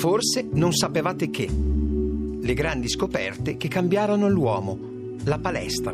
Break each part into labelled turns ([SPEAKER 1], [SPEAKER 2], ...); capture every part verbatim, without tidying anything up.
[SPEAKER 1] Forse non sapevate che le grandi scoperte che cambiarono l'uomo, la palestra.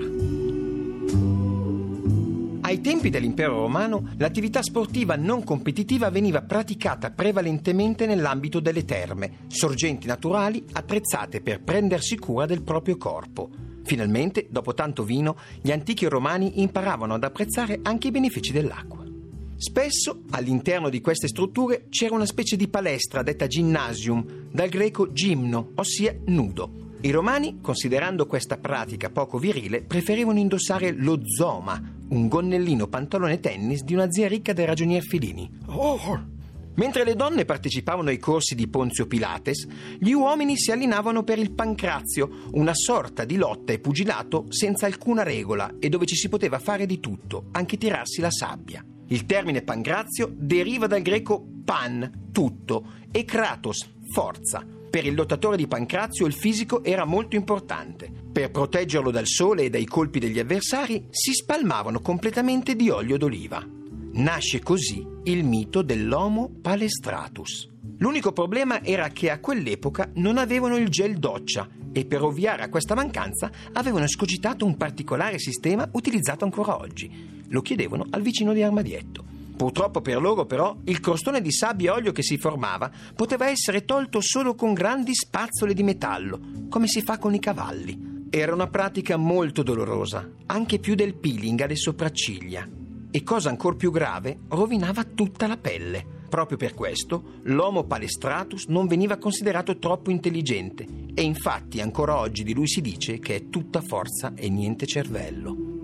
[SPEAKER 1] Ai tempi dell'impero romano, l'attività sportiva non competitiva veniva praticata prevalentemente nell'ambito delle terme, sorgenti naturali attrezzate per prendersi cura del proprio corpo. Finalmente, dopo tanto vino, gli antichi romani imparavano ad apprezzare anche i benefici dell'acqua. Spesso, all'interno di queste strutture, c'era una specie di palestra detta ginnasium, dal greco gimno, ossia nudo. I romani, considerando questa pratica poco virile, preferivano indossare lo zoma, un gonnellino pantalone tennis di una zia ricca del ragionier Filini. Oh. Mentre le donne partecipavano ai corsi di Ponzio Pilates, gli uomini si allenavano per il pancrazio, una sorta di lotta e pugilato senza alcuna regola e dove ci si poteva fare di tutto, anche tirarsi la sabbia. Il termine pancrazio deriva dal greco pan, tutto, e kratos, forza. Per il lottatore di Pancrazio il fisico era molto importante. Per proteggerlo dal sole e dai colpi degli avversari si spalmavano completamente di olio d'oliva. Nasce così il mito dell'Homo palestratus. L'unico problema era che a quell'epoca non avevano il gel doccia e per ovviare a questa mancanza avevano escogitato un particolare sistema utilizzato ancora oggi. Lo chiedevano al vicino di armadietto. Purtroppo per loro, però, il crostone di sabbia e olio che si formava poteva essere tolto solo con grandi spazzole di metallo, come si fa con i cavalli. Era una pratica molto dolorosa, anche più del peeling alle sopracciglia. E cosa ancor più grave, rovinava tutta la pelle. Proprio per questo, l'Homo palestratus non veniva considerato troppo intelligente e infatti ancora oggi di lui si dice che è tutta forza e niente cervello.